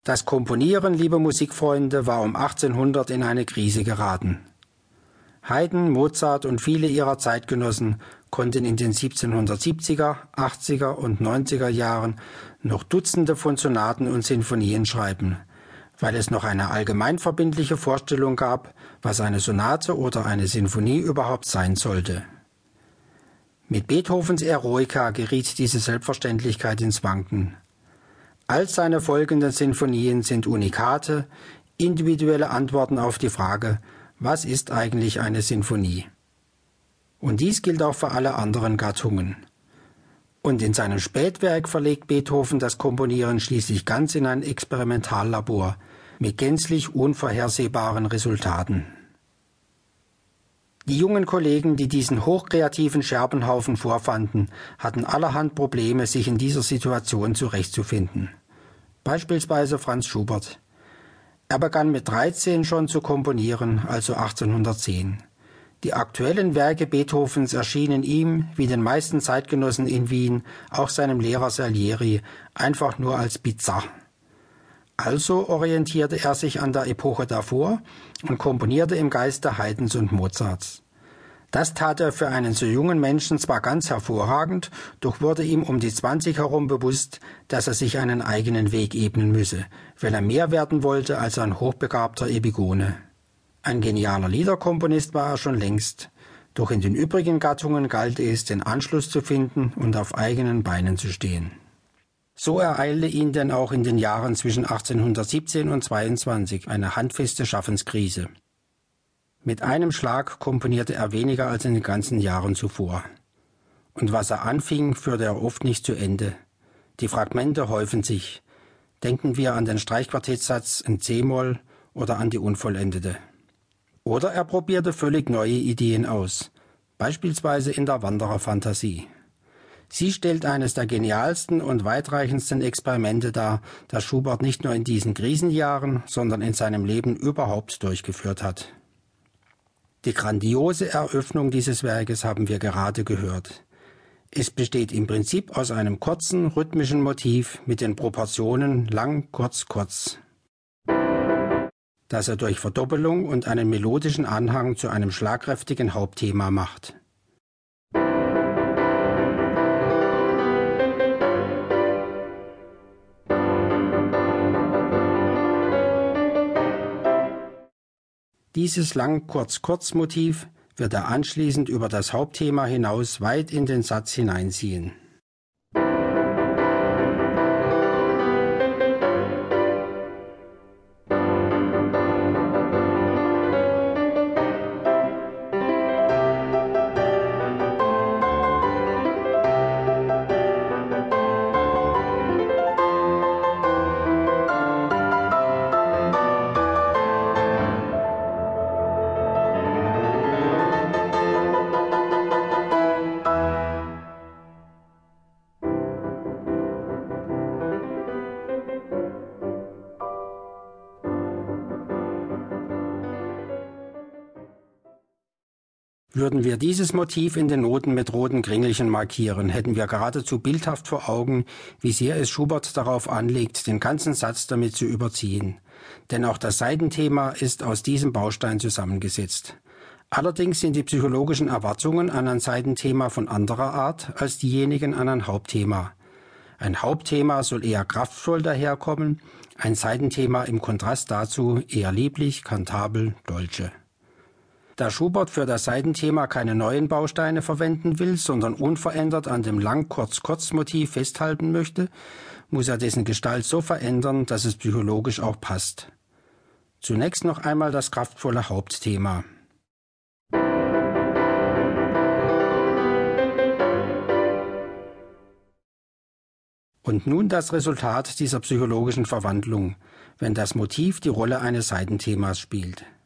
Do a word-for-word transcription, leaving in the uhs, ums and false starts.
Das Komponieren, liebe Musikfreunde, war um achtzehnhundert in eine Krise geraten. Haydn, Mozart und viele ihrer Zeitgenossen konnten in den siebzehnhundertsiebziger, achtziger und neunziger Jahren noch Dutzende von Sonaten und Sinfonien schreiben, weil es noch eine allgemeinverbindliche Vorstellung gab, was eine Sonate oder eine Sinfonie überhaupt sein sollte. Mit Beethovens Eroica geriet diese Selbstverständlichkeit ins Wanken. All seine folgenden Sinfonien sind Unikate, individuelle Antworten auf die Frage, was ist eigentlich eine Sinfonie? Und dies gilt auch für alle anderen Gattungen. Und in seinem Spätwerk verlegt Beethoven das Komponieren schließlich ganz in ein Experimentallabor mit gänzlich unvorhersehbaren Resultaten. Die jungen Kollegen, die diesen hochkreativen Scherbenhaufen vorfanden, hatten allerhand Probleme, sich in dieser Situation zurechtzufinden. Beispielsweise Franz Schubert. Er begann mit dreizehn schon zu komponieren, also achtzehnhundertzehn. Die aktuellen Werke Beethovens erschienen ihm, wie den meisten Zeitgenossen in Wien, auch seinem Lehrer Salieri, einfach nur als bizarr. Also orientierte er sich an der Epoche davor und komponierte im Geiste Haydns und Mozarts. Das tat er für einen so jungen Menschen zwar ganz hervorragend, doch wurde ihm um die zwanzig herum bewusst, dass er sich einen eigenen Weg ebnen müsse, wenn er mehr werden wollte als ein hochbegabter Epigone. Ein genialer Liederkomponist war er schon längst, doch in den übrigen Gattungen galt es, den Anschluss zu finden und auf eigenen Beinen zu stehen. So ereilte ihn denn auch in den Jahren zwischen achtzehnhundertsiebzehn und zweiundzwanzig eine handfeste Schaffenskrise. Mit einem Schlag komponierte er weniger als in den ganzen Jahren zuvor. Und was er anfing, führte er oft nicht zu Ende. Die Fragmente häufen sich. Denken wir an den Streichquartettsatz in C-Moll oder an die Unvollendete. Oder er probierte völlig neue Ideen aus, beispielsweise in der Wandererfantasie. Sie stellt eines der genialsten und weitreichendsten Experimente dar, das Schubert nicht nur in diesen Krisenjahren, sondern in seinem Leben überhaupt durchgeführt hat. Die grandiose Eröffnung dieses Werkes haben wir gerade gehört. Es besteht im Prinzip aus einem kurzen, rhythmischen Motiv mit den Proportionen lang, kurz, kurz, das er durch Verdoppelung und einen melodischen Anhang zu einem schlagkräftigen Hauptthema macht. Dieses Lang-Kurz-Kurz-Motiv wird er anschließend über das Hauptthema hinaus weit in den Satz hineinziehen. Würden wir dieses Motiv in den Noten mit roten Kringelchen markieren, hätten wir geradezu bildhaft vor Augen, wie sehr es Schubert darauf anlegt, den ganzen Satz damit zu überziehen. Denn auch das Saitenthema ist aus diesem Baustein zusammengesetzt. Allerdings sind die psychologischen Erwartungen an ein Saitenthema von anderer Art als diejenigen an ein Hauptthema. Ein Hauptthema soll eher kraftvoll daherkommen, ein Saitenthema im Kontrast dazu eher lieblich, kantabel, dolce. Da Schubert für das Saitenthema keine neuen Bausteine verwenden will, sondern unverändert an dem Lang-Kurz-Kurz-Motiv festhalten möchte, muss er dessen Gestalt so verändern, dass es psychologisch auch passt. Zunächst noch einmal das kraftvolle Hauptthema. Und nun das Resultat dieser psychologischen Verwandlung, wenn das Motiv die Rolle eines Saitenthemas spielt.